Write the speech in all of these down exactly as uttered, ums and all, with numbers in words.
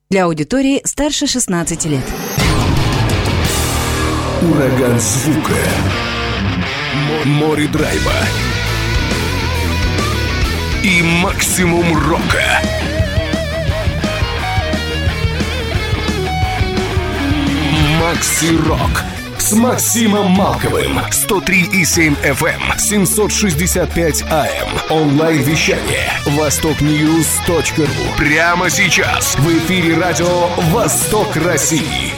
Для аудитории старше шестнадцати лет. Ураган звука. Море драйва. И максимум рока. Макси Рок с Максимом Малковым. сто три и семь эф эм, семьсот шестьдесят пять эй эм. Онлайн-вещание. восток ньюс точка ру. Прямо сейчас в эфире радио «Восток России».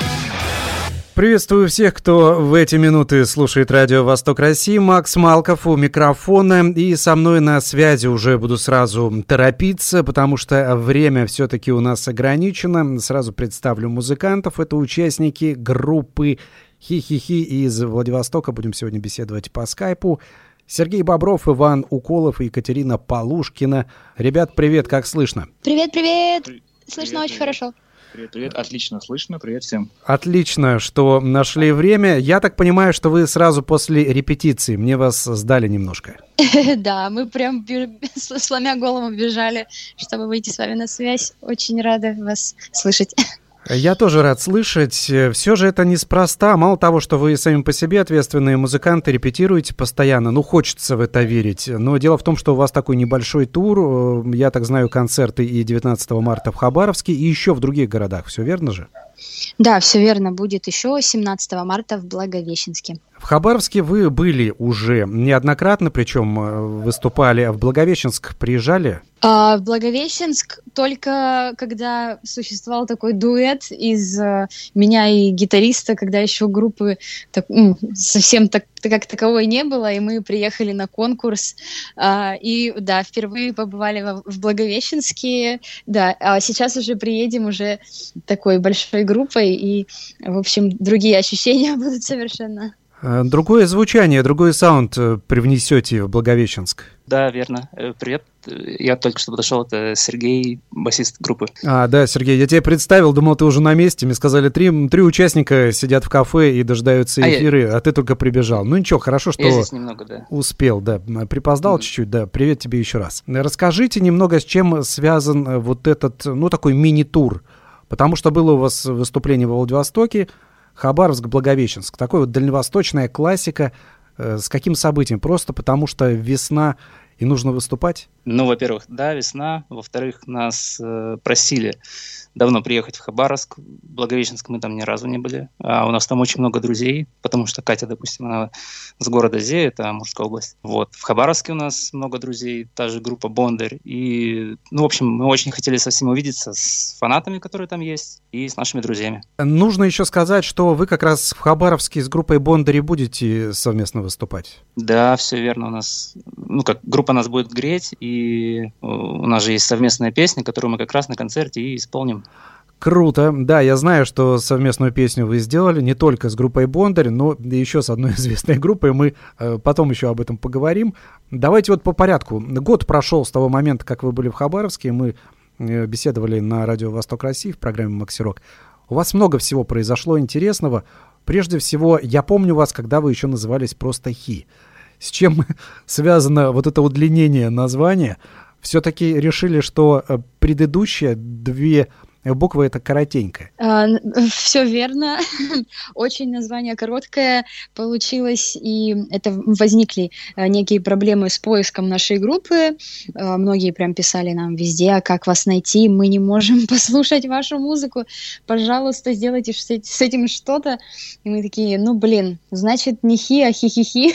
Приветствую всех, кто в эти минуты слушает радио «Восток России». Макс Малков у микрофона. И со мной на связи уже буду сразу торопиться, потому что время все-таки у нас ограничено. Сразу представлю музыкантов. Это участники группы «Хи-хи-хи» из Владивостока. Будем сегодня беседовать по скайпу. Сергей Бобров, Иван Уколов и Екатерина Полушкина. Ребят, привет, как слышно? Привет-привет! Слышно Привет, очень привет. хорошо. Привет, привет, отлично слышно, привет всем. Отлично, что нашли время. Я так понимаю, что вы сразу после репетиции, мне вас сдали немножко. Да, мы прям сломя голову бежали, чтобы выйти с вами на связь. Очень рада вас слышать. Я тоже рад слышать. Все же это неспроста. Мало того, что вы сами по себе ответственные музыканты, репетируете постоянно. Ну, хочется в это верить. Но дело в том, что у вас такой небольшой тур. Я так знаю, концерты и девятнадцатого марта в Хабаровске, и еще в других городах. Все верно же? Да, все верно. Будет еще семнадцатого марта в Благовещенске. В Хабаровске вы были уже неоднократно, причем выступали. В Благовещенск приезжали? А в Благовещенск только когда существовал такой дуэт из uh, меня и гитариста, когда еще группы так, ну, совсем так, как таковой не было, и мы приехали на конкурс. Uh, и да, впервые побывали в, в Благовещенске. Да, а сейчас уже приедем уже такой большой группой, и, в общем, другие ощущения будут совершенно. Другое звучание, другой саунд привнесете в Благовещенск. Да, верно. Привет. Я только что подошел, это Сергей, басист группы. А, да, Сергей, я тебя представил, думал, ты уже на месте. Мне сказали, три, три участника сидят в кафе и дожидаются эфиры, а, я... а ты только прибежал. Ну ничего, хорошо, что я здесь немного, да. успел, да. Припоздал mm-hmm. чуть-чуть, да. Привет тебе еще раз. Расскажите немного, с чем связан вот этот, ну, такой мини-тур. Потому что было у вас выступление во Владивостоке, Хабаровск, Благовещенск. Такой вот дальневосточная классика. Э, с каким событием? Просто потому что весна и нужно выступать? Ну, во-первых, да, весна. Во-вторых, нас э, просили давно приехать в Хабаровск. В Благовещенск мы там ни разу не были. А у нас там очень много друзей, потому что Катя, допустим, она с города Зе, это Амурская область. Вот. В Хабаровске у нас много друзей, та же группа Бондарь. И, ну, в общем, мы очень хотели со всеми увидеться, с фанатами, которые там есть, и с нашими друзьями. Нужно еще сказать, что вы как раз в Хабаровске с группой Бондарь будете совместно выступать. Да, все верно. У нас, ну, как группа нас будет греть, и у нас же есть совместная песня, которую мы как раз на концерте и исполним. Круто. Да, я знаю, что совместную песню вы сделали не только с группой Бондарь, но и еще с одной известной группой. Мы э, потом еще об этом поговорим. Давайте вот по порядку. Год прошел с того момента, как вы были в Хабаровске. Мы э, беседовали на радио «Восток России» в программе «Макси Рок». У вас много всего произошло интересного. Прежде всего, я помню вас, когда вы еще назывались просто «Хи». С чем связано вот это удлинение названия? Все-таки решили, что предыдущие две буквы — это коротенько. А, все верно. Очень название короткое получилось, и это возникли некие проблемы с поиском нашей группы. Многие прям писали нам везде, а как вас найти, мы не можем послушать вашу музыку, пожалуйста, сделайте с этим что-то. И мы такие, ну блин, значит не хи, а хи-хи-хи.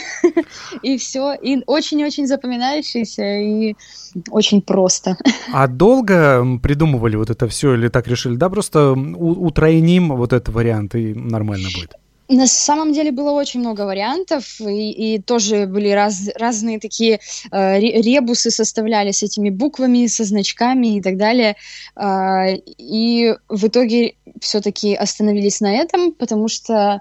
И все. И очень-очень запоминающийся, и очень просто. А долго придумывали вот это все или так решили? Да, просто утройним вот этот вариант, и нормально будет. На самом деле было очень много вариантов, и, и тоже были раз, разные такие э, ребусы составляли с этими буквами, со значками и так далее. Э, и в итоге все-таки остановились на этом, потому что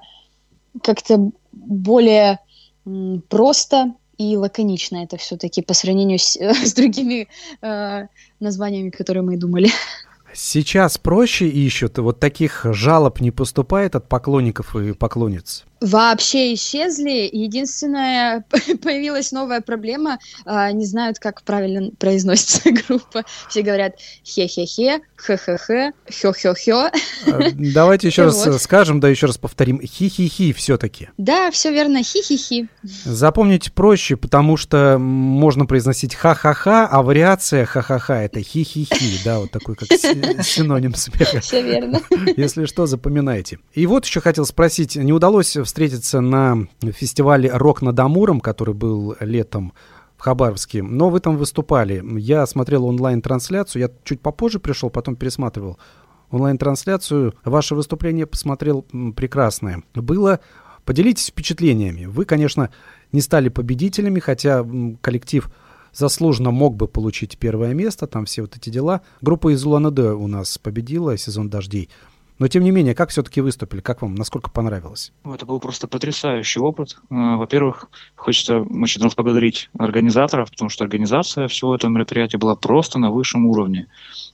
как-то более м, просто и лаконично это все-таки по сравнению с, с другими э, названиями, которые мы думали. Сейчас проще ищут, вот таких жалоб не поступает от поклонников и поклонниц? Вообще исчезли. Единственная, появилась новая проблема. А, не знают, как правильно произносится группа. Все говорят хе-хе-хе, хе-хе-хе, хё-хё-хё. Давайте еще раз вот скажем, да еще раз повторим. Хи-хи-хи все-таки. Да, все верно, хи-хи-хи. Запомнить проще, потому что можно произносить ха-ха-ха, а вариация ха-ха-ха — это хи-хи-хи. Да, вот такой как синоним смеха. Все верно. Если что, запоминайте. И вот еще хотел спросить, не удалось встретиться на фестивале «Рок над Амуром», который был летом в Хабаровске, но вы там выступали. Я смотрел онлайн-трансляцию, я чуть попозже пришел, потом пересматривал онлайн-трансляцию. Ваше выступление посмотрел прекрасное. Было. Поделитесь впечатлениями. Вы, конечно, не стали победителями, хотя коллектив заслуженно мог бы получить первое место, там все вот эти дела. Группа из Улан-Удэ у нас победила «Сезон дождей». Но, тем не менее, как все-таки выступили? Как вам? Насколько понравилось? Это был просто потрясающий опыт. Во-первых, хочется очень раз поблагодарить организаторов, потому что организация всего этого мероприятия была просто на высшем уровне.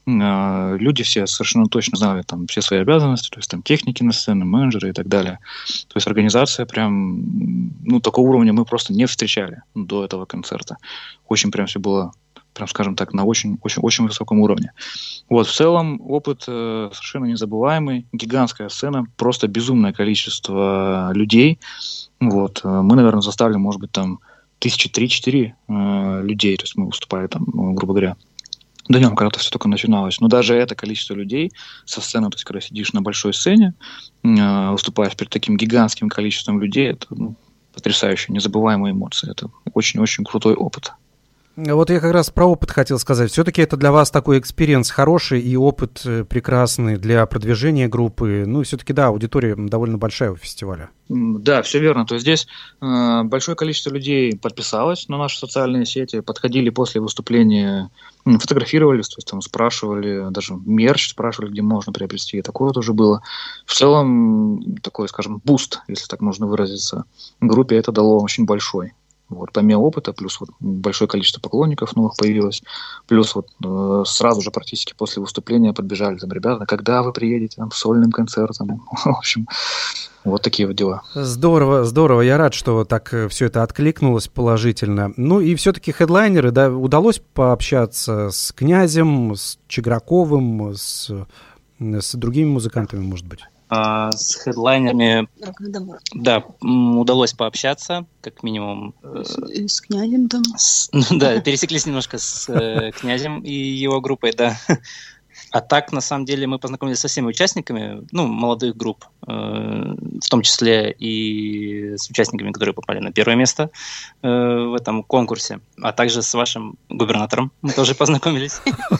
Люди все совершенно точно знали там все свои обязанности, то есть там техники на сцене, менеджеры и так далее. То есть организация прям, ну, такого уровня мы просто не встречали до этого концерта. Очень прям все было, прям скажем так, на очень-очень высоком уровне. Вот, в целом опыт э, совершенно незабываемый, гигантская сцена, просто безумное количество людей. Вот, э, мы, наверное, заставили, может быть, там тысячи три-четыре э, людей, то есть мы выступали там, грубо говоря, днем, когда-то все только начиналось. Но даже это количество людей со сцены, то есть когда сидишь на большой сцене, э, выступаешь перед таким гигантским количеством людей, это ну, потрясающие, незабываемые эмоции. Это очень-очень крутой опыт. Вот я как раз про опыт хотел сказать. Все-таки это для вас такой экспириенс хороший и опыт прекрасный для продвижения группы. Ну и все-таки, да, аудитория довольно большая у фестиваля. Да, все верно. То есть здесь э, большое количество людей подписалось на наши социальные сети, подходили после выступления, фотографировались, то есть там спрашивали, даже мерч спрашивали, где можно приобрести. Такое тоже было. В целом такой, скажем, буст, если так можно выразиться, группе это дало очень большой. Вот, помимо опыта, плюс вот большое количество поклонников новых появилось, плюс вот э, сразу же практически после выступления подбежали там ребята, когда вы приедете там, с сольным концертом, в общем, вот такие вот дела. Здорово, здорово, я рад, что так все это откликнулось положительно. Ну и все-таки хедлайнеры, да, удалось пообщаться с Князем, с Чиграковым, с, с другими музыкантами, может быть? А, с хедлайнерами, да, удалось пообщаться, как минимум. С, с Князем там? С, ну, да, пересеклись немножко с э, Князем и его группой, да. А так, на самом деле, мы познакомились со всеми участниками, ну, молодых групп, э, в том числе и с участниками, которые попали на первое место э, в этом конкурсе, а также с вашим губернатором мы тоже познакомились.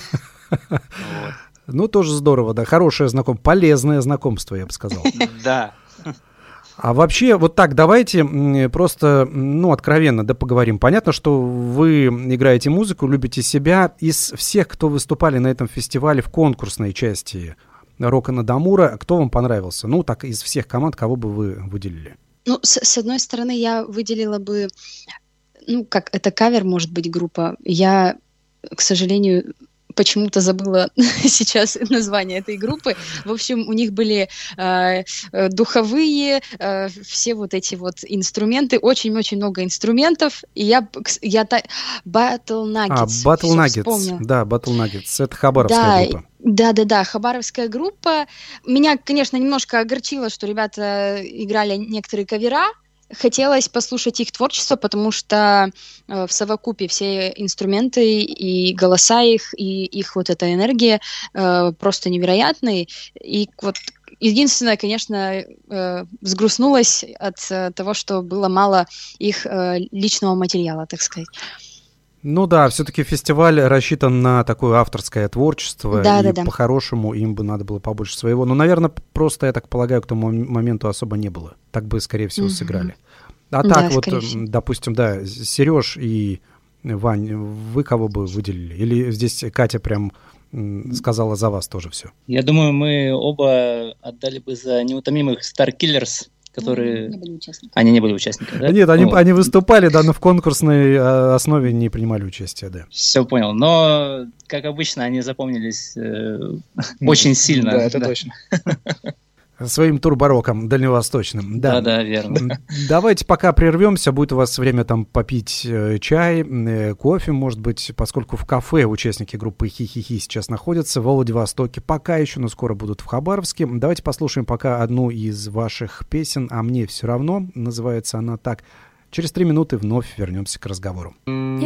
Ну, тоже здорово, да, хорошее знакомство, полезное знакомство, я бы сказал. Да. А вообще, вот так, давайте просто, ну, откровенно, да, поговорим. Понятно, что вы играете музыку, любите себя. Из всех, кто выступали на этом фестивале в конкурсной части «Рока над Амура», кто вам понравился? Ну, так, из всех команд, кого бы вы выделили? Ну, с, с одной стороны, я выделила бы, ну, как это кавер, может быть, группа. Я, к сожалению, почему-то забыла сейчас название этой группы. В общем, у них были э, духовые, э, все вот эти вот инструменты, очень-очень много инструментов. И я... я та... Battle Nuggets. А, Battle Nuggets, да, Battle Nuggets. Это хабаровская да, группа. Да-да-да, хабаровская группа. Меня, конечно, немножко огорчило, что ребята играли некоторые кавера. Хотелось послушать их творчество, потому что э, в совокупе все инструменты и голоса их, и их вот эта энергия э, просто невероятные. И вот единственное, конечно, э, взгрустнулась от э, того, что было мало их э, личного материала, так сказать. Ну да, все-таки фестиваль рассчитан на такое авторское творчество, да, и да, да. по-хорошему им бы надо было побольше своего. Но, наверное, просто, я так полагаю, к тому моменту особо не было. Так бы, скорее всего, mm-hmm. сыграли. А да, так вот, всего. Допустим, да, Сереж и Вань, вы кого бы выделили? Или здесь Катя прям сказала за вас тоже все? Я думаю, мы оба отдали бы за неутомимых Star Killers, которые... Не были участниками. Они не были участниками, да? Нет, они, вот. они выступали, да, но в конкурсной основе не принимали участие, да. Все понял, но, как обычно, они запомнились э, очень сильно. Да, это да. точно. Своим турбороком дальневосточным. Да, да, да, верно. Давайте пока прервемся, будет у вас время там попить э, чай, э, кофе, может быть, поскольку в кафе участники группы «Хи-хи-хи» сейчас находятся в Владивостоке, пока еще, но скоро будут в Хабаровске. Давайте послушаем пока одну из ваших песен «А мне все равно», называется она так. Через три минуты вновь вернемся к разговору.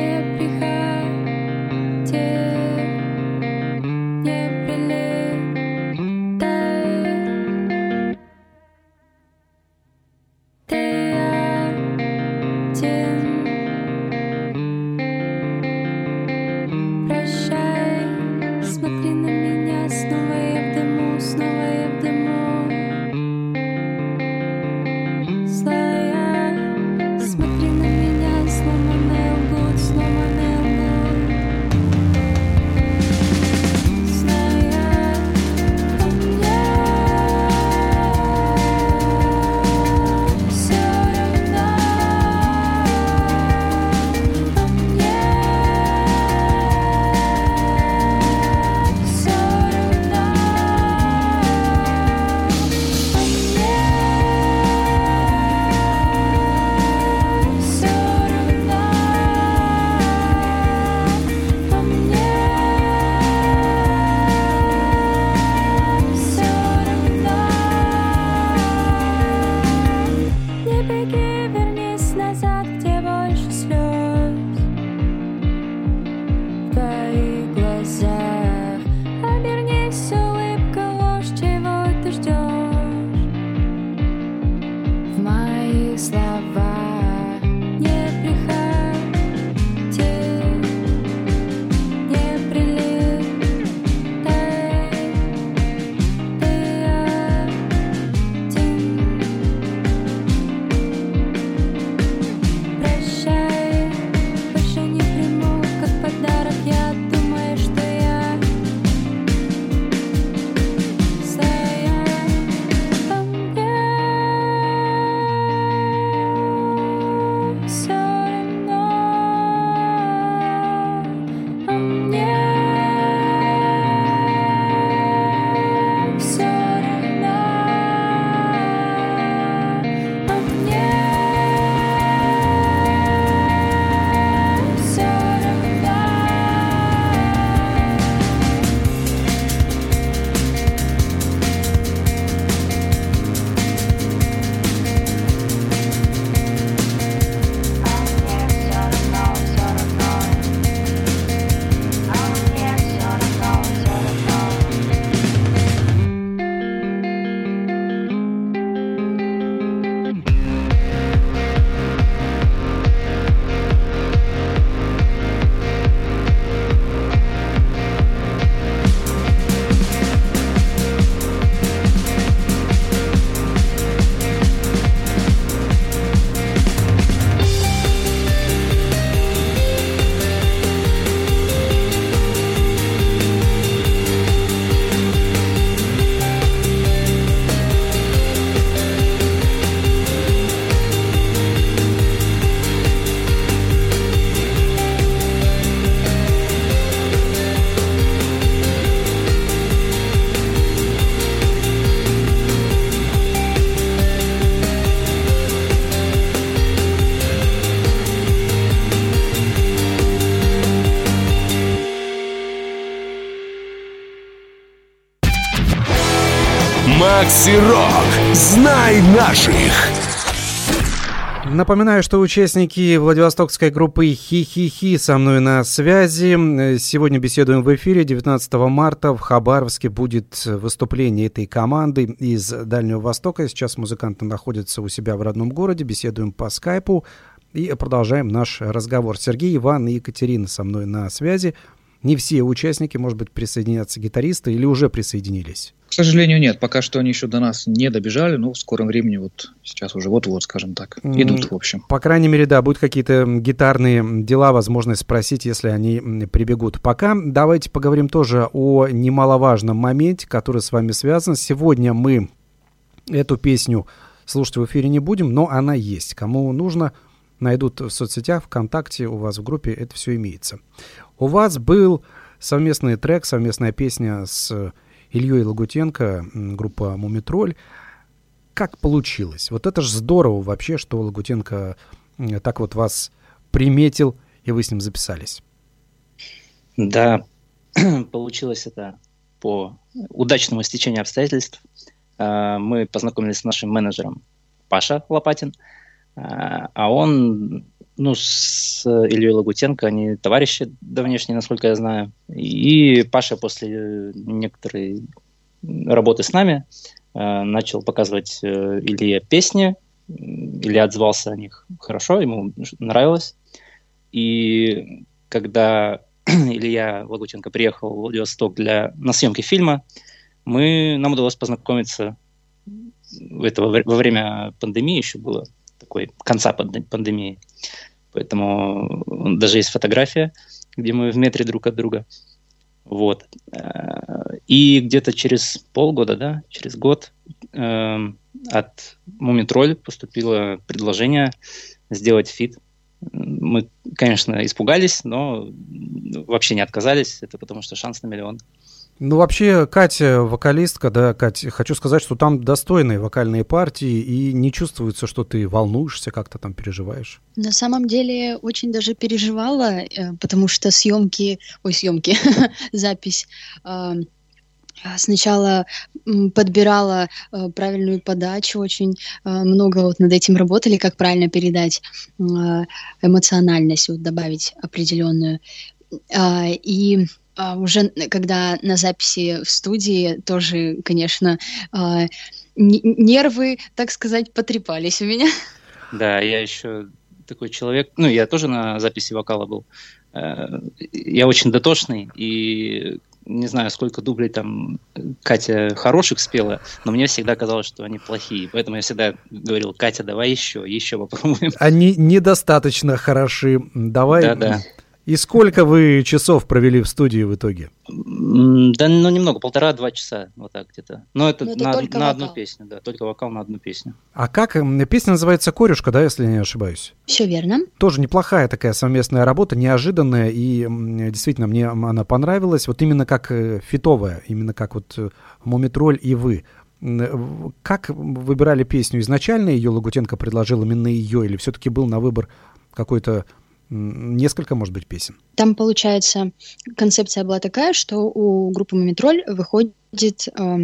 Макси Рок. Знай наших. Напоминаю, что участники владивостокской группы «Хи-хи-хи» со мной на связи. Сегодня беседуем в эфире. девятнадцатого марта в Хабаровске будет выступление этой команды из Дальнего Востока. Сейчас музыканты находятся у себя в родном городе. Беседуем по скайпу и продолжаем наш разговор. Сергей, Иван и Екатерина со мной на связи. Не все участники, может быть, присоединятся гитаристы или уже присоединились? К сожалению, нет. Пока что они еще до нас не добежали, но в скором времени, вот сейчас уже вот-вот, скажем так, идут, в общем. По крайней мере, да, будут какие-то гитарные дела, возможность спросить, если они прибегут. Пока давайте поговорим тоже о немаловажном моменте, который с вами связан. Сегодня мы эту песню слушать в эфире не будем, но она есть. Кому нужно, найдут в соцсетях, ВКонтакте, у вас в группе это все имеется. У вас был совместный трек, совместная песня с Ильей Лагутенко, группа «Мумитроль». Как получилось? Вот это же здорово вообще, что Лагутенко так вот вас приметил, и вы с ним записались. Да, получилось это по удачному стечению обстоятельств. Мы познакомились с нашим менеджером Паша Лопатин, а он, ну, с Ильей Лагутенко, они товарищи давнешние, насколько я знаю. И Паша после некоторой работы с нами начал показывать Илье песни. Илья отзывался о них хорошо, ему нравилось. И когда Илья Лагутенко приехал в Владивосток для, на съемки фильма, мы, нам удалось познакомиться это, во, во время пандемии, еще было такой конца пандемии. Поэтому даже есть фотография, где мы в метре друг от друга. Вот. И где-то через полгода, да, через год э, от Мумитроль поступило предложение сделать фит. Мы, конечно, испугались, но вообще не отказались. Это потому что шанс на миллион. Ну, вообще, Катя, вокалистка, да, Катя, хочу сказать, что там достойные вокальные партии, и не чувствуется, что ты волнуешься, как-то там переживаешь. На самом деле, очень даже переживала, потому что съемки, ой, съемки, запись, сначала подбирала правильную подачу, очень много вот над этим работали, как правильно передать эмоциональность, вот добавить определенную. И уже когда на записи в студии тоже, конечно, нервы, так сказать, потрепались у меня. Да, я еще такой человек, ну, я тоже на записи вокала был. Я очень дотошный, и не знаю, сколько дублей там Катя хороших спела, но мне всегда казалось, что они плохие. Поэтому я всегда говорил: Катя, давай еще, еще попробуем. Они недостаточно хороши. Давай. Да-да. И сколько вы часов провели в студии в итоге? Да, ну, немного, полтора-два часа, вот так где-то. Но это, Но это на, на одну песню, да, только вокал на одну песню. А как? Песня называется «Корюшка», да, если не ошибаюсь? Все верно. Тоже неплохая такая совместная работа, неожиданная, и действительно мне она понравилась. Вот именно как фитовая, именно как вот Мумитроль и вы. Как выбирали песню изначально? Ее Лагутенко предложил именно ее, или все-таки был на выбор какой-то... Несколько, может быть, песен? Там, получается, концепция была такая, что у группы «Мумитроль» выходит э,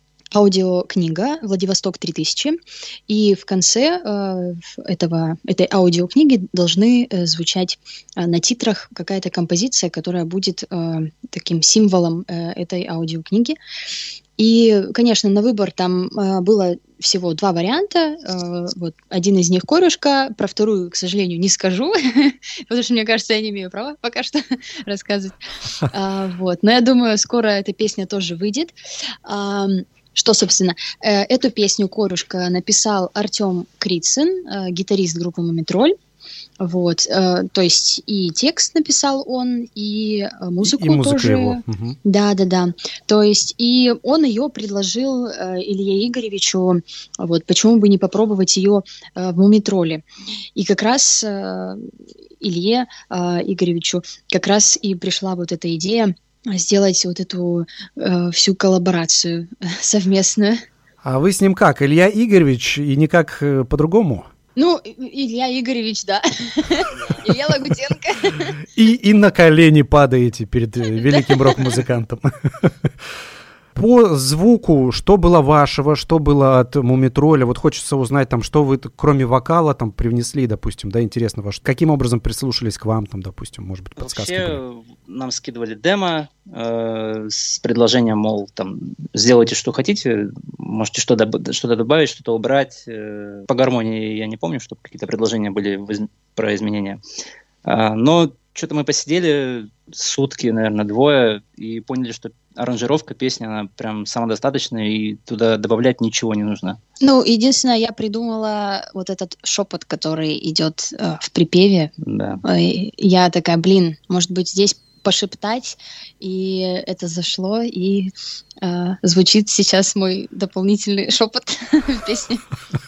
аудиокнига «Владивосток три тысячи», и в конце э, этого, этой аудиокниги должны э, звучать э, на титрах какая-то композиция, которая будет э, таким символом э, этой аудиокниги. И, конечно, на выбор там э, было всего два варианта. Э, вот один из них «Корюшка», про вторую, к сожалению, не скажу, потому что, мне кажется, я не имею права пока что рассказывать. А, вот. Но я думаю, скоро эта песня тоже выйдет. А, что, собственно, э, эту песню «Корюшка» написал Артем Крицын, э, гитарист группы «Мумитроль». Вот, э, то есть и текст написал он, и музыку и, и музыка тоже. Его. Угу. Да, да, да. То есть и он ее предложил э, Илье Игоревичу, вот, почему бы не попробовать ее э, в Мумитроле. И как раз э, Илье э, Игоревичу как раз и пришла вот эта идея сделать вот эту э, всю коллаборацию э, совместную. А вы с ним как? Илья Игоревич и никак э, по-другому? Ну, Илья Игоревич, да. Илья Лагутенко. И, и на колени падаете перед великим рок-музыкантом. По звуку, что было вашего, что было от Мумитроля? Вот хочется узнать, там, что вы, кроме вокала, там, привнесли, допустим, да, интересно ваше. Каким образом прислушались к вам, там, допустим, может быть, подсказки Вообще, были? Нам скидывали демо э, с предложением, мол, там, сделайте, что хотите, можете что-то, что-то добавить, что-то убрать. Э, по гармонии я не помню, чтобы какие-то предложения были воз... про изменения. А, но что-то мы посидели сутки, наверное, двое, и поняли, что аранжировка песни, она прям самодостаточная, и туда добавлять ничего не нужно. Ну, единственное, я придумала вот этот шепот, который идет э, в припеве. Да. Я такая, блин, может быть, здесь пошептать, и это зашло, и э, звучит сейчас мой дополнительный шепот в песне.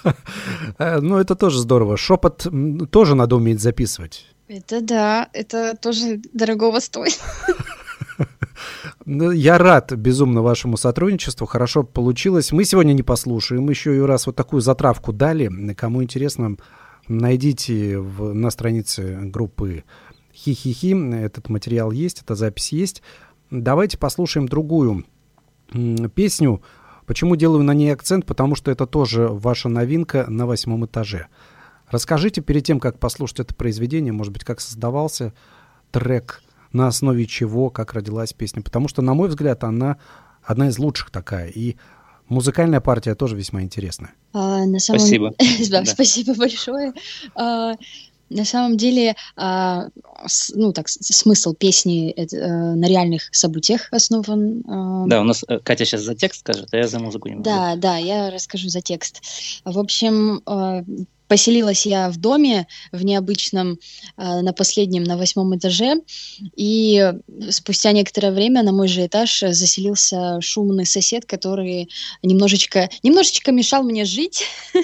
Ну, это тоже здорово. Шепот тоже надо уметь записывать. Это да, это тоже дорогого стоит. Я рад безумно вашему сотрудничеству, хорошо получилось. Мы сегодня не послушаем, еще и раз вот такую затравку дали. Кому интересно, найдите в, на странице группы «Хи-хи-хи». Этот материал есть, эта запись есть. Давайте послушаем другую песню. Почему делаю на ней акцент? Потому что это тоже ваша новинка «На восьмом этаже». Расскажите перед тем, как послушать это произведение, может быть, как создавался трек, на основе чего, как родилась песня. Потому что, на мой взгляд, она одна из лучших такая. И музыкальная партия тоже весьма интересная. А, на самом... Спасибо. да, да. Спасибо большое. А, на самом деле, а, с, ну, так, смысл песни это, а, на реальных событиях основан. А... Да, у нас Катя сейчас за текст скажет, а я за музыку не могу. Да, да, я расскажу за текст. В общем... А, Поселилась я в доме, в необычном, э, на последнем, на восьмом этаже, и спустя некоторое время на мой же этаж заселился шумный сосед, который немножечко, немножечко мешал мне жить,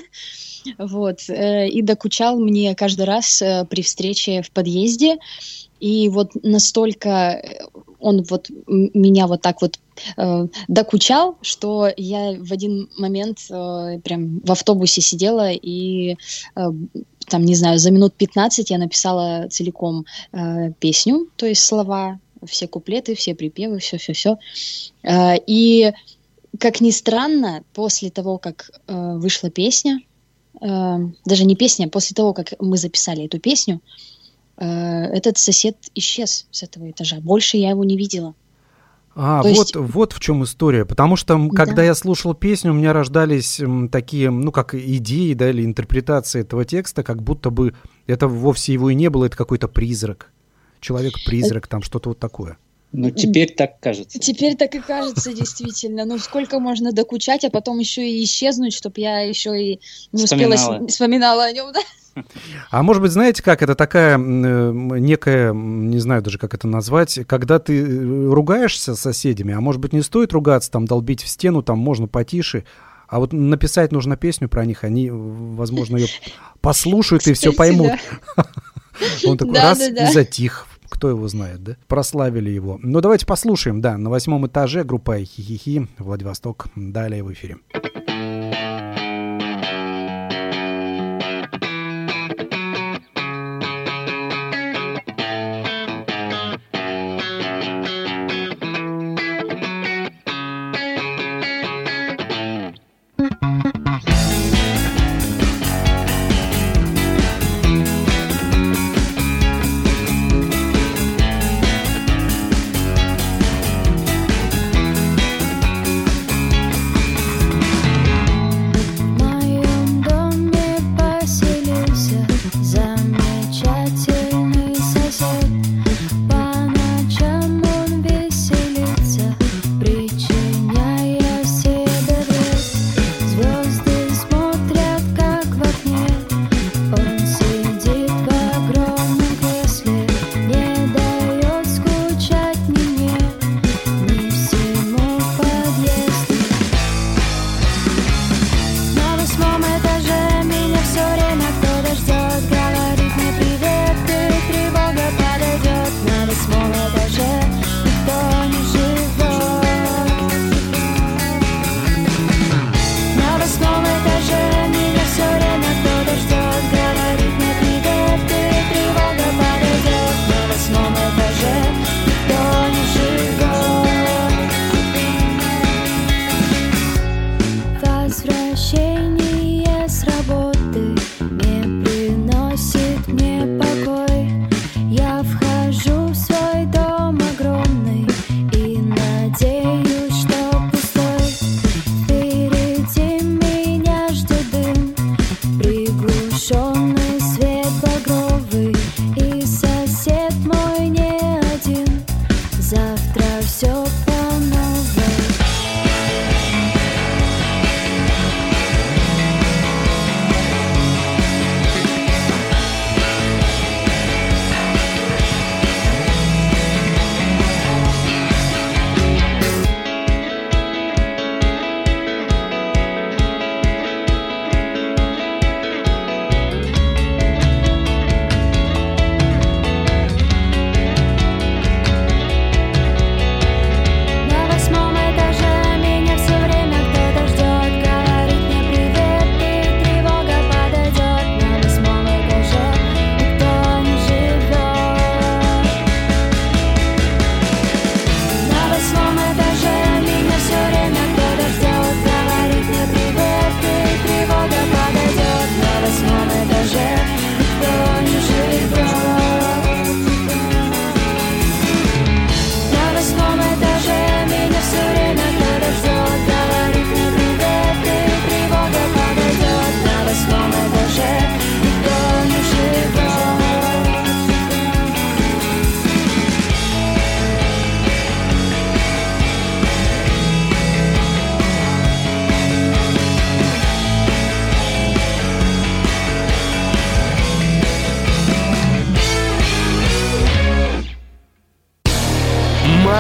вот, э, и докучал мне каждый раз э, при встрече в подъезде, и вот настолько он вот меня вот так вот э, докучал, что я в один момент э, прям в автобусе сидела и э, там, не знаю, за минут пятнадцать я написала целиком э, песню, то есть слова, все куплеты, все припевы, все-все-все. Э, и, как ни странно, после того, как э, вышла песня, э, даже не песня, после того, как мы записали эту песню, этот сосед исчез с этого этажа. Больше я его не видела. А, То вот, есть... вот в чем история. Потому что, когда да. я слушал песню, у меня рождались такие, ну, как идеи, да, или интерпретации этого текста, как будто бы это вовсе его и не было, это какой-то призрак. Человек-призрак, там что-то вот такое. Ну, теперь так кажется. Теперь так и кажется, действительно. Ну, сколько можно докучать, а потом еще и исчезнуть, чтобы я еще и не вспоминала. успела, вспоминала о нем, да? А может быть, знаете, как это такая э, некая, не знаю даже, как это назвать, когда ты ругаешься с соседями, а может быть, не стоит ругаться, там, долбить в стену, там, можно потише, а вот написать нужно песню про них, они, возможно, ее послушают и все поймут. Он такой раз и затих. Кто его знает, да? Прославили его. Ну, давайте послушаем, да, на восьмом этаже группа «Хи-хи-хи», Владивосток. Далее в эфире.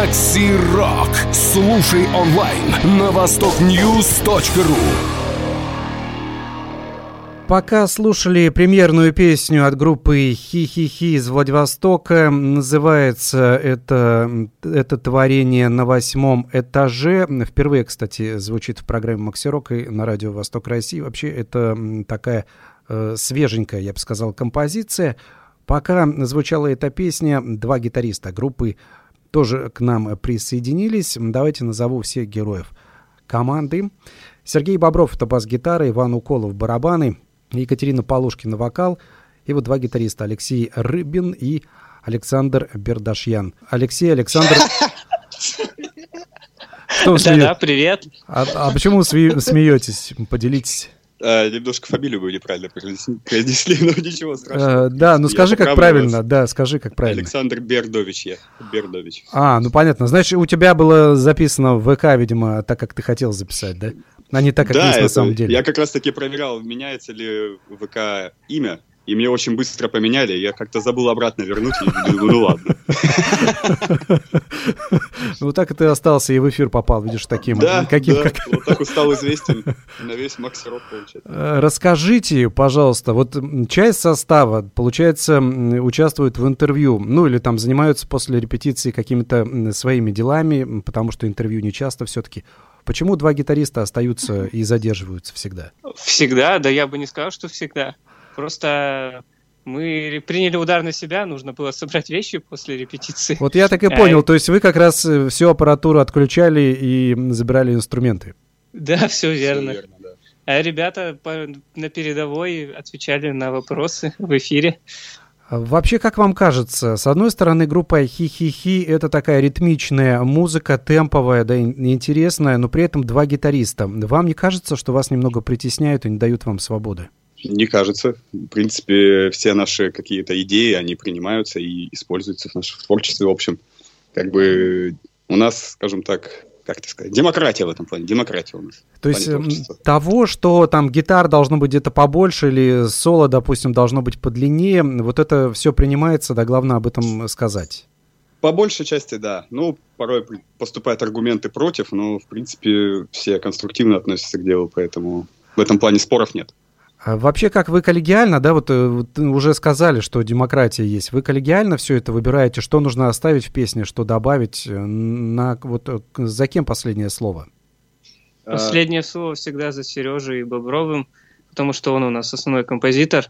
Макси Рок. Слушай онлайн на восток ньюс точка ру. Пока слушали премьерную песню от группы «Хи-хи-хи» из Владивостока. Называется это, это творение «На восьмом этаже». Впервые, кстати, звучит в программе «Макси Рок» и на радио «Восток России». Вообще, это такая э, свеженькая, я бы сказал, композиция. Пока звучала эта песня, два гитариста группы тоже к нам присоединились. Давайте назову всех героев команды. Сергей Бобров — это бас-гитара, Иван Уколов — барабаны, Екатерина Полушкина — вокал, и вот два гитариста — Алексей Рыбин и Александр Бердашьян. Алексей, Александр... Да-да, привет. А, а почему сме- смеетесь? Поделитесь. А, немножко фамилию вы неправильно произнесли, но ничего страшного. А, да, ну скажи, как правильно. Да, скажи, как правильно. Александр Бердович я. Бердович. А, ну понятно. Значит, у тебя было записано в ВК, видимо, так, как ты хотел записать, да? А не так, как да, есть это, на самом деле. Я как раз-таки проверял, меняется ли в ВК имя, и мне очень быстро поменяли. Я как-то забыл обратно вернуть, и думаю, ну ладно. Ну так и ты остался, и в эфир попал, видишь, таким. Да, каким, да, как... вот так вот стал известен на весь Макси Рок, получается. Расскажите, пожалуйста, вот часть состава, получается, участвует в интервью, ну или там занимаются после репетиции какими-то своими делами, потому что интервью не часто все-таки. Почему два гитариста остаются и задерживаются всегда? Всегда? Да я бы не сказал, что всегда. Просто мы приняли удар на себя, нужно было собрать вещи после репетиции. Вот я так и понял, то есть вы как раз всю аппаратуру отключали и забирали инструменты? Да, все верно. Все верно, да. А ребята по, на передовой отвечали на вопросы в эфире. Вообще, как вам кажется, с одной стороны, группа «Хи-хи-хи» — это такая ритмичная музыка, темповая, да, интересная, но при этом два гитариста. Вам не кажется, что вас немного притесняют и не дают вам свободы? Не кажется. В принципе, все наши какие-то идеи, они принимаются и используются в нашем творчестве в общем. Как бы у нас, скажем так, как это сказать, демократия в этом плане, демократия у нас. То есть того, что там гитар должно быть где-то побольше или соло, допустим, должно быть подлиннее, вот это все принимается, да, главное об этом сказать. По большей части, да. Ну, порой поступают аргументы против, но, в принципе, все конструктивно относятся к делу, поэтому в этом плане споров нет. А вообще, как вы коллегиально, да, вот, вот уже сказали, что демократия есть. Вы коллегиально все это выбираете, что нужно оставить в песне, что добавить? На, вот, за кем последнее слово? Последнее слово всегда за Сережей Бобровым, потому что он у нас основной композитор.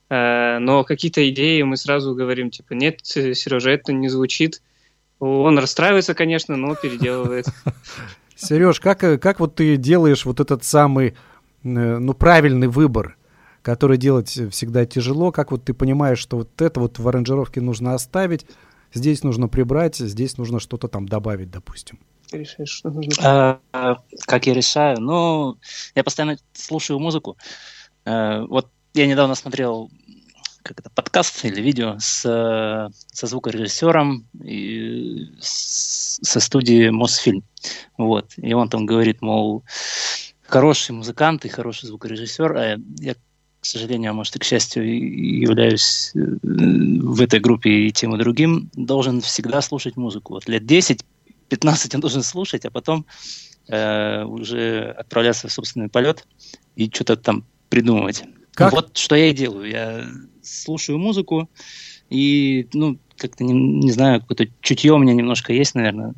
Но какие-то идеи мы сразу говорим, типа, нет, Сережа, это не звучит. Он расстраивается, конечно, но переделывает. Сереж, как, как вот ты делаешь вот этот самый, ну, правильный выбор, который делать всегда тяжело? Как вот ты понимаешь, что вот это вот в аранжировке нужно оставить, здесь нужно прибрать, здесь нужно что-то там добавить, допустим? Ты решаешь, что нужно? А, как я решаю? Ну, я постоянно слушаю музыку. А, вот я недавно смотрел как это, подкаст или видео с, со звукорежиссером и с, со студии Мосфильм. Вот. И он там говорит, мол, хороший музыкант и хороший звукорежиссер, а я, к сожалению, а может и к счастью, являюсь в этой группе и тем и другим, должен всегда слушать музыку. Вот лет десять-пятнадцать он должен слушать, а потом э, уже отправляться в собственный полет и что-то там придумывать. Как? Вот что я и делаю. Я слушаю музыку и, ну, как-то, не, не знаю, какое-то чутье у меня немножко есть, наверное,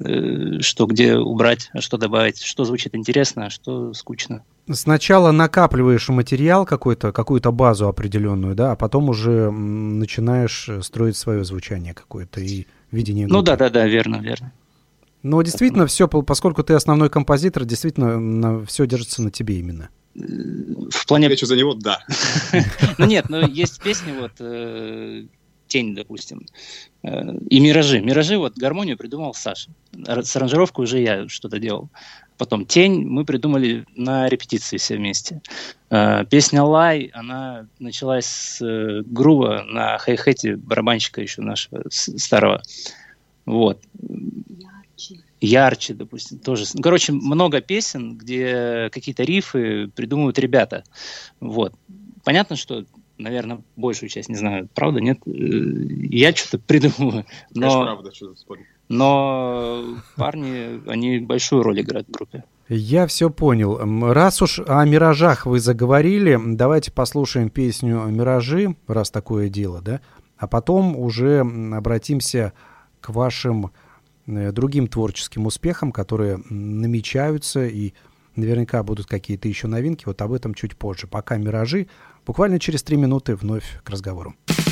что где убрать, а что добавить, что звучит интересно, а что скучно. Сначала накапливаешь материал какой-то, какую-то базу определенную, да, а потом уже начинаешь строить свое звучание какое-то и видение группы. Ну да, да, да, верно, верно. Но действительно все, поскольку ты основной композитор, действительно все держится на тебе именно. В плане... Отвечу за него, да. Ну нет, ну есть песни, вот «Тень», допустим, и «Миражи». «Миражи», вот гармонию придумал Саша. С аранжировкой уже я что-то делал. Потом «Тень» мы придумали на репетиции все вместе. Песня «Лай», она началась с грува на хай-хете барабанщика еще нашего старого. Вот. Ярче. Ярче, допустим, тоже. Короче, много песен, где какие-то рифы придумывают ребята. Вот. Понятно, что, наверное, большую часть, не знаю, правда, нет, я что-то придумываю. Но... Конечно, правда, что тут спорить. но парни, они большую роль играют в группе. Я все понял. Раз уж о «Миражах» вы заговорили, давайте послушаем песню «Миражи», раз такое дело, да? А потом уже обратимся к вашим другим творческим успехам, которые намечаются, и наверняка будут какие-то еще новинки. Вот об этом чуть позже. Пока «Миражи». Буквально через три минуты вновь к разговору.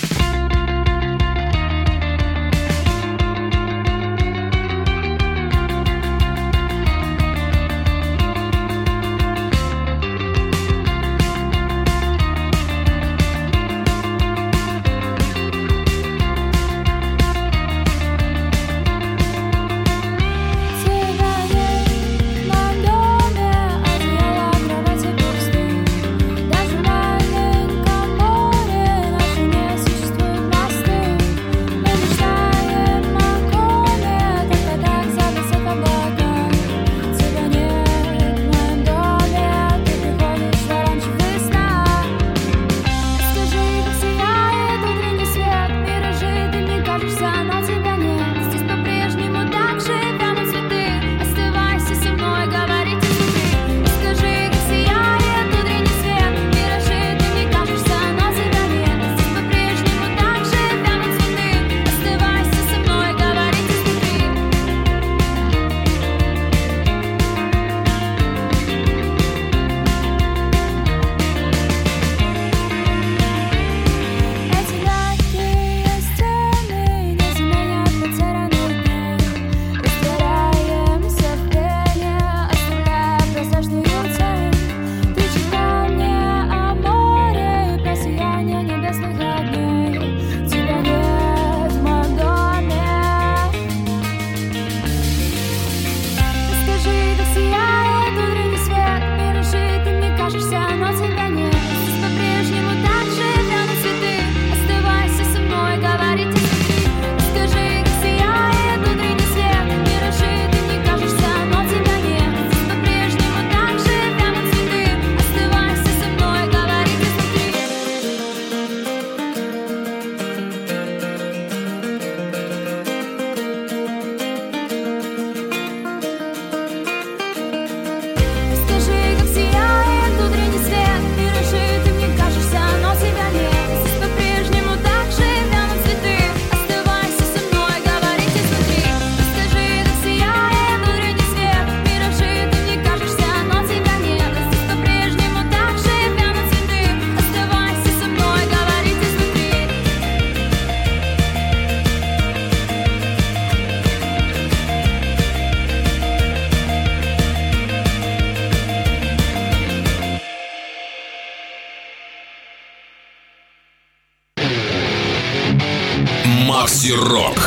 Макси-рок.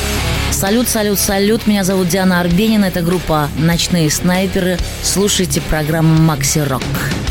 Салют, салют, салют. Меня зовут Диана Арбенина. Это группа «Ночные снайперы». Слушайте программу «Макси-рок».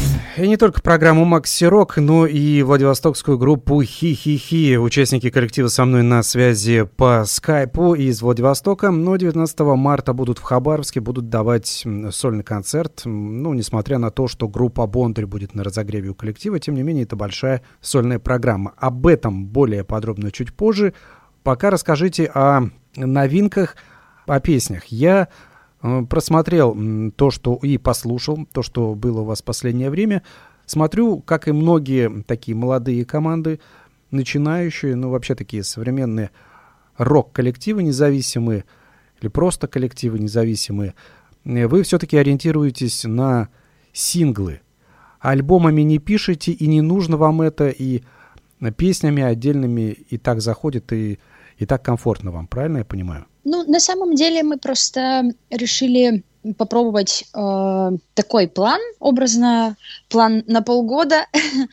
И не только программу «Макси-рок», но и владивостокскую группу «Хи-хи-хи». Участники коллектива со мной на связи по скайпу из Владивостока. Но девятнадцатого марта будут в Хабаровске, будут давать сольный концерт. Ну, несмотря на то, что группа «Бондарь» будет на разогреве у коллектива, тем не менее, это большая сольная программа. Об этом более подробно чуть позже. Пока расскажите о новинках, о песнях. Я просмотрел то, что и послушал, то, что было у вас в последнее время. Смотрю, как и многие такие молодые команды, начинающие, ну, вообще такие современные рок-коллективы независимые, или просто коллективы независимые, вы все-таки ориентируетесь на синглы. Альбомами не пишете, и не нужно вам это, и песнями отдельными и так заходит, и, и так комфортно вам, правильно я понимаю? Ну, на самом деле мы просто решили попробовать э, такой план, образно, план на полгода,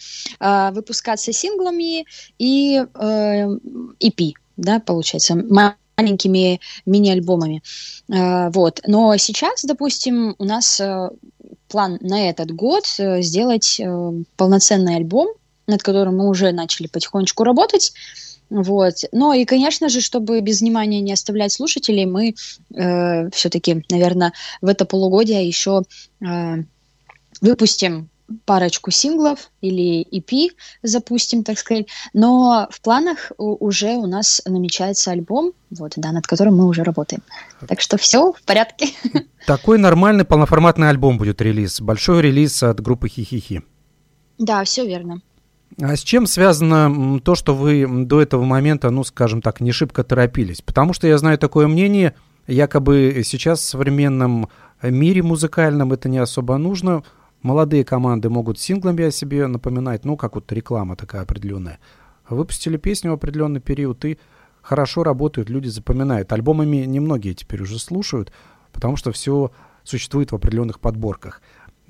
э, выпускаться синглами и э, и пи, да, получается, маленькими мини-альбомами. Э, вот. Но сейчас, допустим, у нас э, план на этот год э, сделать э, полноценный альбом, над которым мы уже начали потихонечку работать. Вот. Но и, конечно же, чтобы без внимания не оставлять слушателей, мы э, все-таки, наверное, в это полугодие еще э, выпустим парочку синглов или и пи запустим, так сказать. Но в планах уже у нас намечается альбом, вот, да, над которым мы уже работаем. Так что все в порядке. Такой нормальный полноформатный альбом будет релиз. Большой релиз от группы Хи-Хи-Хи. Да, все верно. А с чем связано то, что вы до этого момента, ну, скажем так, не шибко торопились? Потому что я знаю такое мнение, якобы сейчас в современном мире музыкальном это не особо нужно. Молодые команды могут синглами о себе напоминать, ну, как вот реклама такая определенная. Выпустили песню в определенный период, и хорошо работают, люди запоминают. Альбомами немногие теперь уже слушают, потому что все существует в определенных подборках.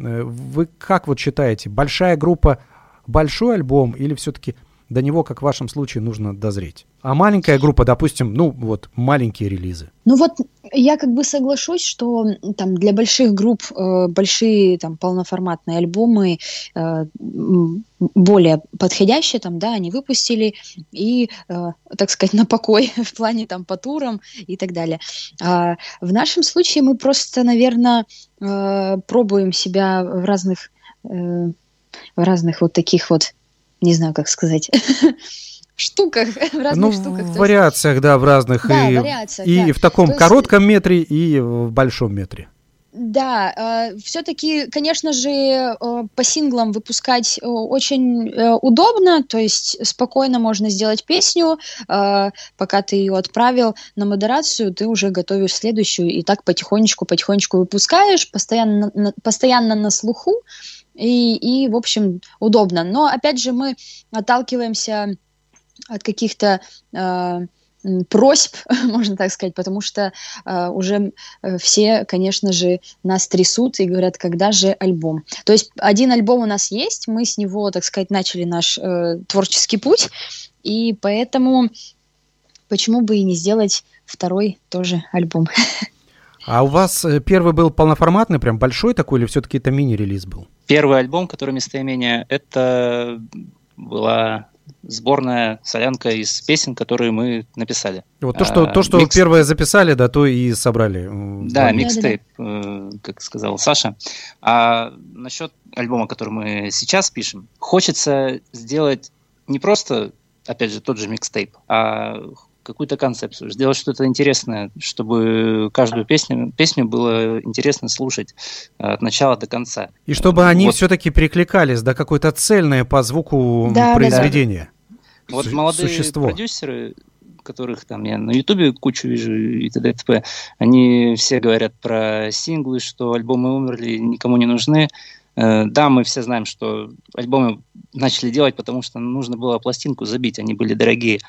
Вы как вот считаете, большая группа, большой альбом, или все-таки до него, как в вашем случае, нужно дозреть? А маленькая группа, допустим, ну, вот маленькие релизы. Ну вот я как бы соглашусь, что там для больших групп э, большие там полноформатные альбомы э, более подходящие, там, да, они выпустили и, э, так сказать, на покой в плане там по турам и так далее. А в нашем случае мы просто, наверное, э, пробуем себя в разных, э, в разных вот таких вот, не знаю, как сказать, штуках, в разных ну, штуках. В вариациях, да, в разных. Да, и вариациях, и да. в таком То есть... коротком метре, и в большом метре. Да, э, все-таки, конечно же, э, по синглам выпускать э, очень э, удобно, то есть спокойно можно сделать песню, э, пока ты ее отправил на модерацию, ты уже готовишь следующую, и так потихонечку-потихонечку выпускаешь, постоянно на, постоянно на слуху, и, и, в общем, удобно. Но, опять же, мы отталкиваемся от каких-то э, просьб, можно так сказать, потому что э, уже э, все, конечно же, нас трясут и говорят, когда же альбом. То есть один альбом у нас есть, мы с него, так сказать, начали наш э, творческий путь, и поэтому почему бы и не сделать второй тоже альбом. А у вас первый был полноформатный, прям большой такой, или все-таки это мини-релиз был? Первый альбом, который местоимение, это была сборная солянка из песен, которые мы написали. Вот то, что, а, то, что микс... первое записали, да, то и собрали. Да, микстейп, э, как сказал Саша. А насчет альбома, который мы сейчас пишем, хочется сделать не просто, опять же, тот же микстейп, а какую-то концепцию, сделать что-то интересное, чтобы каждую песню, песню было интересно слушать от начала до конца. И чтобы они вот. все-таки перекликались, да, какое-то цельное по звуку да, произведение. Да. Вот молодые существо. Продюсеры, которых там я на Ютубе кучу вижу и т.д. и т.п., они все говорят про синглы, что альбомы умерли, никому не нужны. Да, мы все знаем, что альбомы начали делать, потому что нужно было пластинку забить, они были дорогие.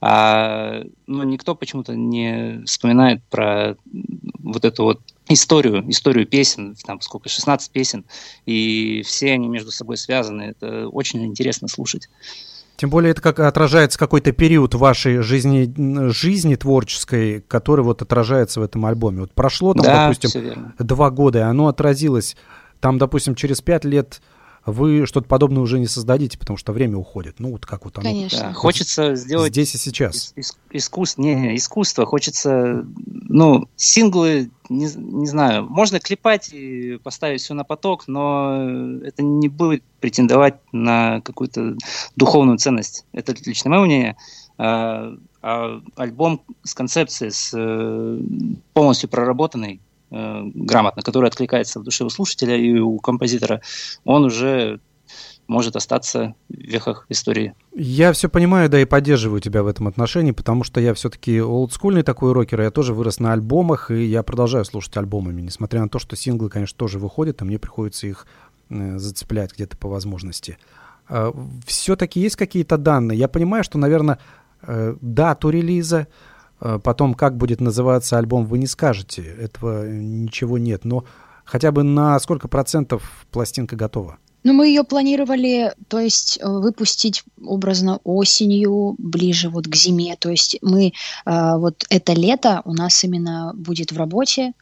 А ну, никто почему-то не вспоминает про вот эту вот историю, историю песен, там сколько, шестнадцать песен, и все они между собой связаны. Это очень интересно слушать. Тем более это как отражается какой-то период вашей жизни, жизни творческой, который вот отражается в этом альбоме. Вот прошло там, да, допустим, два года, и оно отразилось. Там, допустим, через пять лет вы что-то подобное уже не создадите, потому что время уходит. Ну, вот как вот оно. Конечно. Да, хочется сделать здесь и сейчас. Ис- искус... не, не, искусство. Хочется, ну, синглы, не, не знаю, можно клепать и поставить все на поток, но это не будет претендовать на какую-то духовную ценность. Это лично мое мнение. А, а альбом с концепцией, с полностью проработанной, грамотно, который откликается в душе у слушателя и у композитора, он уже может остаться в вехах истории. Я все понимаю, да, и поддерживаю тебя в этом отношении, потому что я все-таки олдскульный такой рокер, я тоже вырос на альбомах, и я продолжаю слушать альбомами, несмотря на то, что синглы, конечно, тоже выходят, и мне приходится их зацеплять где-то по возможности. Все-таки есть какие-то данные? Я понимаю, что, наверное, дату релиза, потом, как будет называться альбом, вы не скажете, этого ничего нет, но хотя бы на сколько процентов пластинка готова? Ну, мы ее планировали, то есть выпустить образно осенью, ближе вот к зиме, то есть мы, вот это лето у нас именно будет в работе,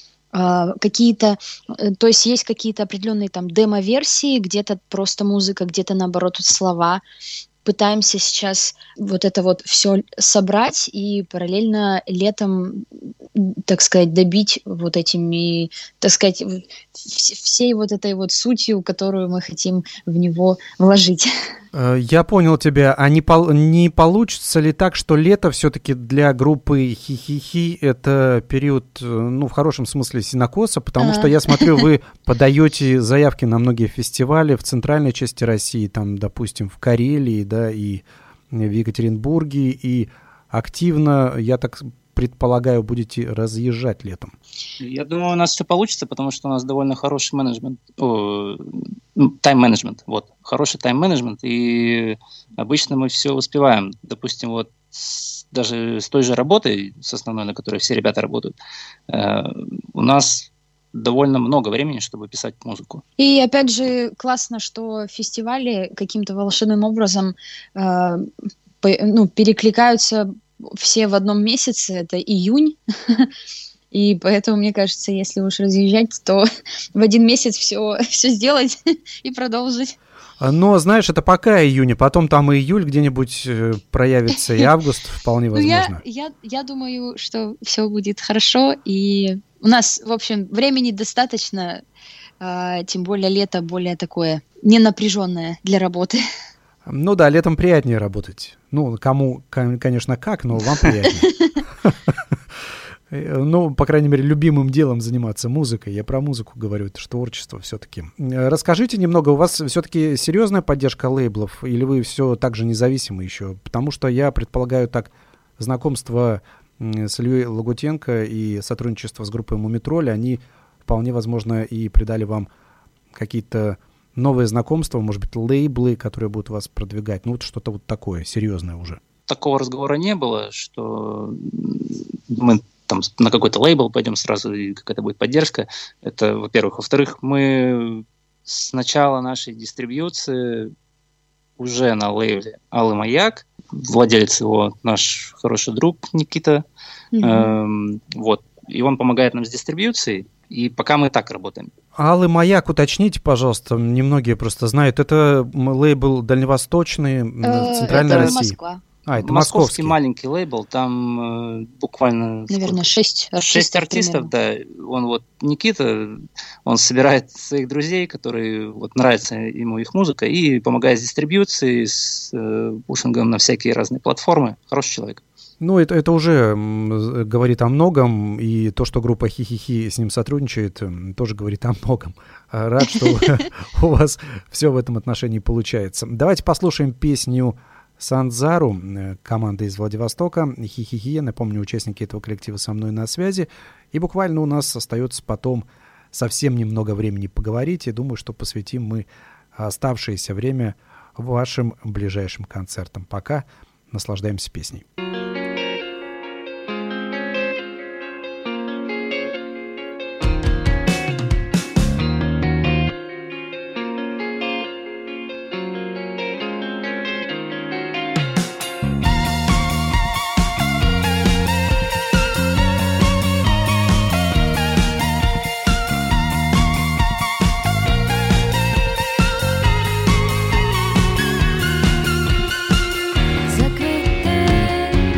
какие-то, то есть есть какие-то определенные там демо-версии, где-то просто музыка, где-то наоборот слова, пытаемся сейчас вот это вот все собрать и параллельно летом, так сказать, добить вот этими, так сказать, всей вот этой вот сутью, которую мы хотим в него вложить. Я понял тебя. А не, пол- не получится ли так, что лето все-таки для группы Хи-Хи-Хи это период, ну, в хорошем смысле синокоса, потому а. что я смотрю, вы подаете заявки на многие фестивали в центральной части России, там, допустим, в Карелии, да, и в Екатеринбурге, и активно, я так предполагаю, будете разъезжать летом. Я думаю, у нас все получится, потому что у нас довольно хороший менеджмент, тайм-менеджмент, вот, хороший тайм-менеджмент, и обычно мы все успеваем. Допустим, вот с, даже с той же работой, с основной, на которой все ребята работают, э, у нас довольно много времени, чтобы писать музыку. И опять же, классно, что фестивали каким-то волшебным образом э, по, ну, перекликаются все в одном месяце, это июнь, и поэтому, мне кажется, если уж разъезжать, то в один месяц все, все сделать и продолжить. Но, знаешь, это пока июня, потом там и июль где-нибудь проявится, и август вполне возможно. Я, я, я думаю, что все будет хорошо, и у нас, в общем, времени достаточно, э, тем более лето более такое ненапряженное для работы. Ну да, летом приятнее работать. Ну, кому, конечно, как, но вам приятнее. Ну, по крайней мере, любимым делом заниматься музыкой. Я про музыку говорю, это же творчество все-таки. Расскажите немного, у вас все-таки серьезная поддержка лейблов, или вы все так же независимы еще? Потому что я предполагаю так, знакомство с Ильей Лагутенко и сотрудничество с группой Мумитроль, они вполне возможно и придали вам какие-то новые знакомства, может быть, лейблы, которые будут вас продвигать, ну вот что-то вот такое, серьезное уже. Такого разговора не было, что мы там на какой-то лейбл пойдем сразу, и какая-то будет поддержка. Это, во-первых. Во-вторых, мы с начала нашей дистрибьюции уже на лейбле Алый Маяк, владелец его наш хороший друг Никита, mm-hmm. эм, вот, и он помогает нам с дистрибьюцией, и пока мы так работаем. Алый Маяк, уточните, пожалуйста, немногие просто знают, это лейбл дальневосточный, центральной это России. Москва. А, это московский. Московский маленький лейбл, там э, буквально... Наверное, шесть артистов. Шесть артистов, да. Он вот, Никита, он собирает своих друзей, которые, вот, нравится ему их музыка, и помогает с дистрибьюцией, с э, пушингом на всякие разные платформы. Хороший человек. Ну, это, это уже говорит о многом, и то, что группа Хи-Хи-Хи с ним сотрудничает, тоже говорит о многом. Рад, что у вас все в этом отношении получается. Давайте послушаем песню Санзару, команда из Владивостока, Хи-Хи-Хи, напомню, участники этого коллектива со мной на связи, и буквально у нас остается потом совсем немного времени поговорить, и думаю, что посвятим мы оставшееся время вашим ближайшим концертам. Пока наслаждаемся песней. Закрытые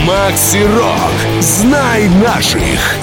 Макси Рок. Знай наших.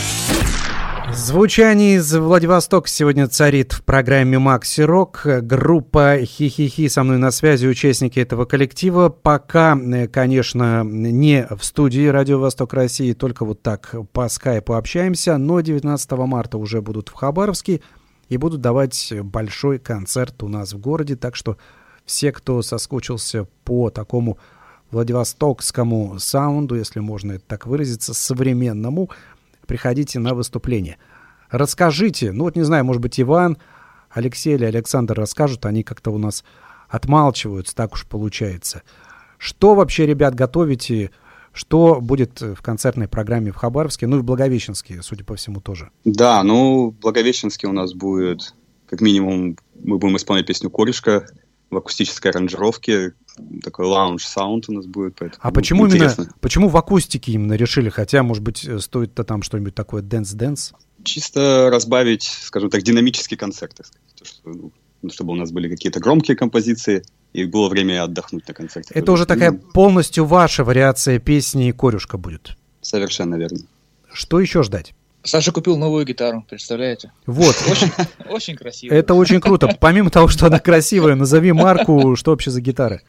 Звучание из Владивостока сегодня царит в программе «Макси Рок». Группа «Хи-хи-хи» со мной на связи, участники этого коллектива. Пока, конечно, не в студии «Радио Восток России», только вот так по скайпу общаемся, но девятнадцатого марта уже будут в Хабаровске и будут давать большой концерт у нас в городе. Так что все, кто соскучился по такому владивостокскому саунду, если можно это так выразиться, современному, приходите на выступление. Расскажите, ну вот не знаю, может быть, Иван, Алексей или Александр расскажут, они как-то у нас отмалчиваются, так уж получается. Что вообще, ребят, готовите? Что будет в концертной программе в Хабаровске, ну и в Благовещенске, судя по всему, тоже? Да, ну, в Благовещенске у нас будет, как минимум, мы будем исполнять песню «Корешка» в акустической аранжировке. Такой лаунж-саунд у нас будет. Поэтому а почему интересно. именно, почему в акустике именно решили? Хотя, может быть, стоит-то там что-нибудь такое дэнс-дэнс? Чисто разбавить, скажем так, динамический концерт, так сказать. То, что, ну, чтобы у нас были какие-то громкие композиции, и было время отдохнуть на концерте. Это уже такая полностью ваша вариация песни «Корюшка» будет. Совершенно верно. Что еще ждать? Саша купил новую гитару, представляете? Вот. Очень, очень красиво. Это очень круто. Помимо того, что она красивая, назови марку, что вообще за гитара?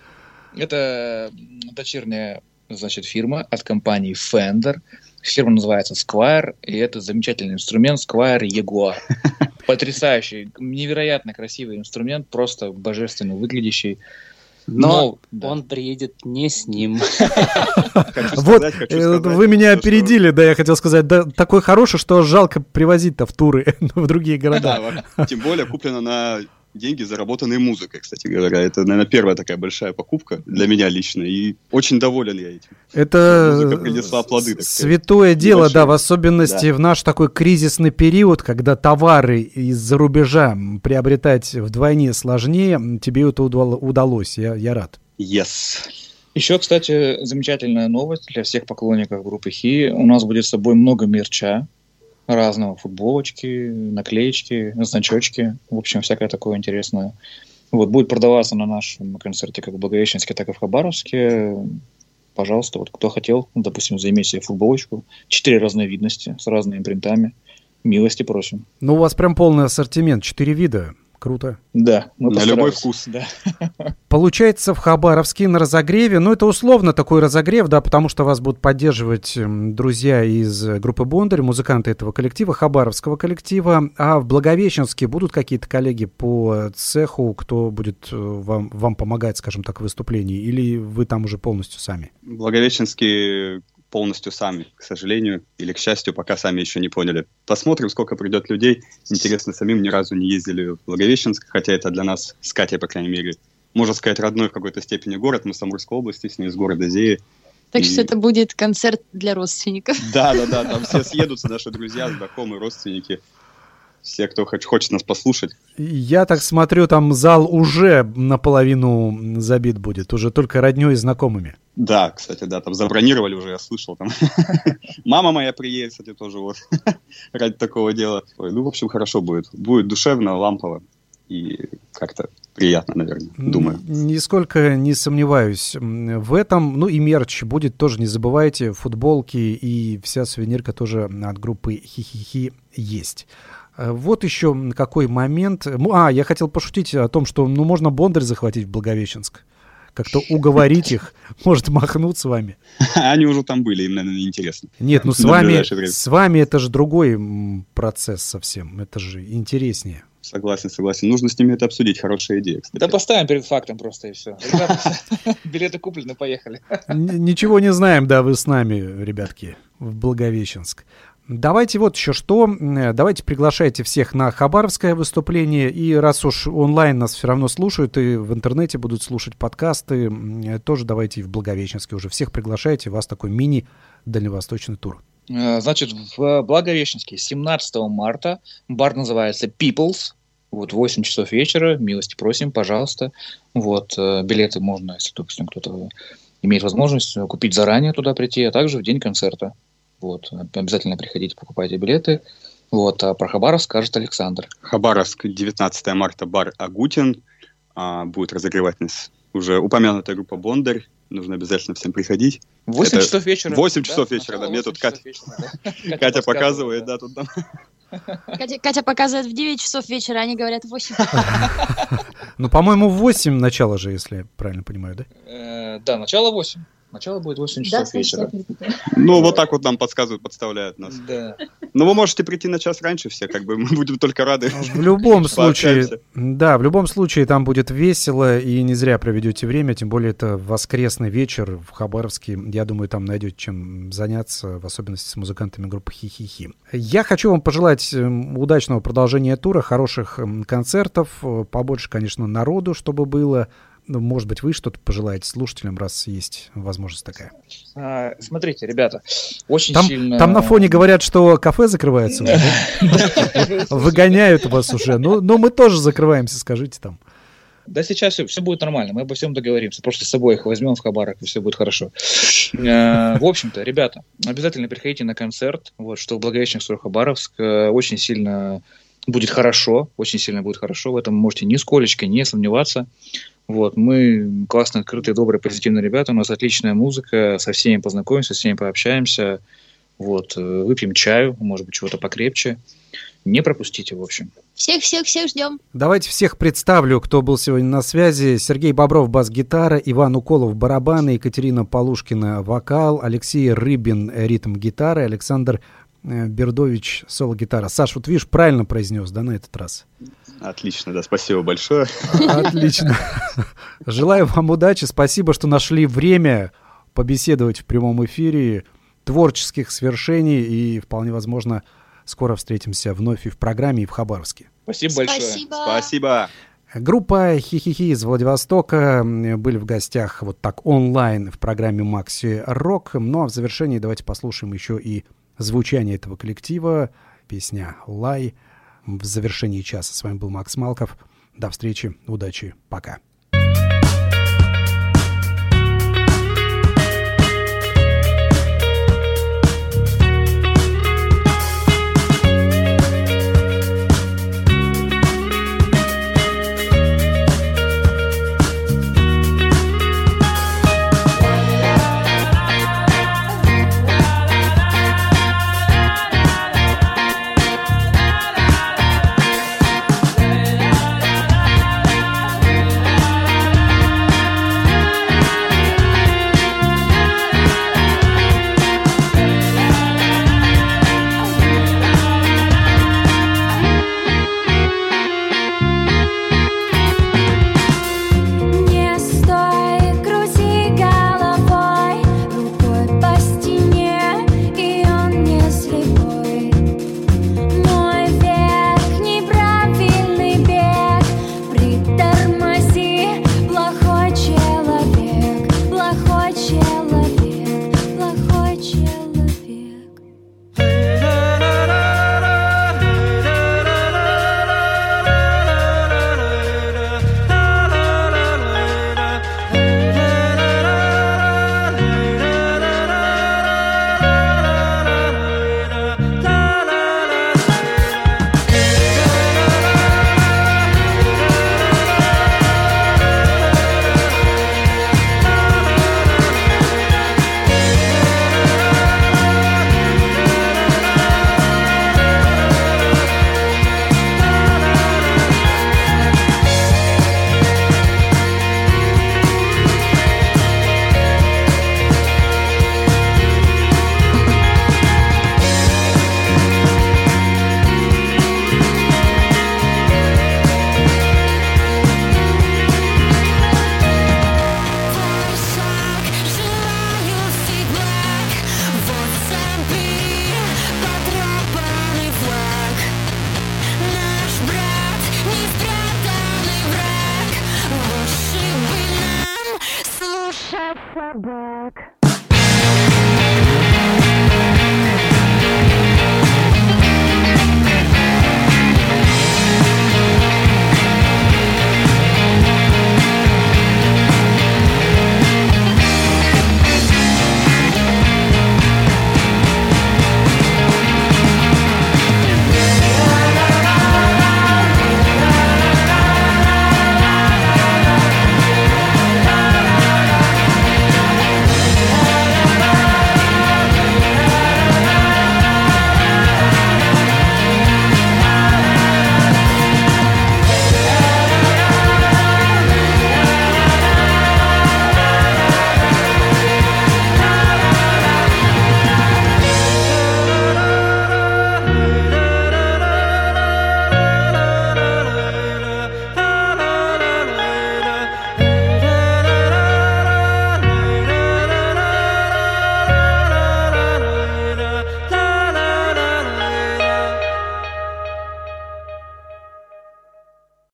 Это дочерняя, значит, фирма от компании Fender. Фирма называется Squier, и это замечательный инструмент Squier Jaguar. Потрясающий, невероятно красивый инструмент, просто божественно выглядящий. Но, Но да. Он приедет не с ним. Вот, вы меня опередили, да, я хотел сказать, да, такой хороший, что жалко привозить-то в туры в другие города. Тем более куплено на деньги, заработанные музыкой, кстати говоря. Это, наверное, первая такая большая покупка для меня лично, и очень доволен я этим. Это плоды, святое дело, небольшие. Да, в особенности да. в наш такой кризисный период, когда товары из-за рубежа приобретать вдвойне сложнее, тебе это удалось, я, я рад. Yes. Еще, кстати, замечательная новость для всех поклонников группы Хи. У нас будет с собой много мерча разного, футболочки, наклеечки, значочки, в общем, всякое такое интересное. Вот, будет продаваться на нашем концерте как в Благовещенске, так и в Хабаровске. Пожалуйста, вот кто хотел, допустим, заиметь себе футболочку, четыре разновидности с разными принтами, милости просим. Ну, у вас прям полный ассортимент, четыре вида. Круто. Да, мы на любой вкус. Да. Получается, в Хабаровске на разогреве, ну это условно такой разогрев, да, потому что вас будут поддерживать друзья из группы «Бондарь», музыканты этого коллектива, хабаровского коллектива, а в Благовещенске будут какие-то коллеги по цеху, кто будет вам, вам помогать, скажем так, в выступлении, или вы там уже полностью сами? В Благовещенске полностью сами, к сожалению, или к счастью, пока сами еще не поняли. Посмотрим, сколько придет людей. Интересно, самим ни разу не ездили в Благовещенск, хотя это для нас, с Катей, по крайней мере, можно сказать, родной в какой-то степени город. Мы с Самарской области, с ней из города Зеи. Так и... что это будет концерт для родственников. Да-да-да, там все съедутся, наши друзья, знакомые, родственники. Все, кто хочет нас послушать. Я так смотрю, там зал уже наполовину забит будет, уже только роднёй и знакомыми. Да, кстати, да, там забронировали уже, я слышал. Там. Мама моя приедет, кстати, тоже вот ради такого дела. Ой, ну, в общем, хорошо будет. Будет душевно, лампово и как-то приятно, наверное, думаю. Нисколько не сомневаюсь в этом. Ну и мерч будет тоже, не забывайте, футболки и вся сувенирка тоже от группы Хи-хи-хи есть. Вот еще какой момент. А, я хотел пошутить о том, что ну, можно Бондарь захватить в Благовещенск. Как-то уговорить их, может махнуть с вами. Они уже там были, им, наверное, неинтересно. Нет, ну с вами, с вами это же другой процесс совсем. Это же интереснее. Согласен, согласен. Нужно с ними это обсудить. Хорошая идея, кстати. Да поставим перед фактом просто и все. Билеты куплены, поехали. Ничего не знаем, да, вы с нами, ребятки, в Благовещенск. Давайте вот еще что. Давайте приглашайте всех на хабаровское выступление. И раз уж онлайн нас все равно слушают, и в интернете будут слушать подкасты, тоже давайте и в Благовещенске уже всех приглашайте. У вас такой мини-дальневосточный тур. Значит, в Благовещенске семнадцатого марта бар называется People's. Вот, восемь часов вечера. Милости просим, пожалуйста. Вот, билеты можно, если, допустим, кто-то имеет возможность, купить заранее туда прийти, а также в день концерта. Вот, обязательно приходите, покупайте билеты. Вот, а про Хабаровск скажет Александр. Хабаровск, девятнадцатого марта, бар Агутин. А, будет разогревать нас уже упомянутая группа «Бондарь». Нужно обязательно всем приходить. восемь часов вечера. восемь часов вечера, да. Мне тут Катя, да. Катя показывает, да, тут нам. Катя, Катя показывает в девять часов вечера, они говорят в восемь. Ну, по-моему, в восемь начало же, если я правильно понимаю, да? Да, начало восемь. Начало будет восемь часов да, вечера. Ну, вот так вот нам подсказывают, подставляют нас. Да. Но вы можете прийти на час раньше все, как бы мы будем только рады. В любом случае, да, в любом случае там будет весело, и не зря проведете время, тем более это воскресный вечер в Хабаровске. Я думаю, там найдете чем заняться, в особенности с музыкантами группы «Хи-хи-хи». Я хочу вам пожелать удачного продолжения тура, хороших концертов, побольше, конечно, народу, чтобы было. Ну, может быть, вы что-то пожелаете слушателям, раз есть возможность такая. А, смотрите, ребята, очень там, сильно... Там на фоне говорят, что кафе закрывается уже, выгоняют вас уже. Ну, мы тоже закрываемся, скажите там. Да сейчас все, все будет нормально, мы обо всем договоримся. Просто с собой их возьмем в Хабаровск, и все будет хорошо. В общем-то, ребята, обязательно приходите на концерт, вот, что в Благовещенск, что в Хабаровск. Очень сильно будет хорошо, очень сильно будет хорошо. В этом можете нисколечко не сомневаться. Вот, мы классные, открытые, добрые, позитивные ребята, у нас отличная музыка, со всеми познакомимся, со всеми пообщаемся, вот, выпьем чаю, может быть, чего-то покрепче. Не пропустите, в общем. Всех-всех-всех ждем. Давайте всех представлю, кто был сегодня на связи. Сергей Бобров, бас-гитара, Иван Уколов, барабаны, Екатерина Полушкина, вокал, Алексей Рыбин, ритм-гитары, Александр Бердович, соло-гитара. Саш, вот видишь, правильно произнес, да, на этот раз? Отлично, да, спасибо большое. Отлично. Желаю вам удачи, спасибо, что нашли время побеседовать в прямом эфире, творческих свершений, и вполне возможно, скоро встретимся вновь и в программе, и в Хабаровске. Спасибо большое. Спасибо. Спасибо. Группа «Хи-хи-хи» из Владивостока были в гостях вот так онлайн в программе «Макси Рок». Ну а в завершении давайте послушаем еще и звучание этого коллектива, песня «Лай». В завершении часа с вами был Макс Малков. До встречи, удачи, пока.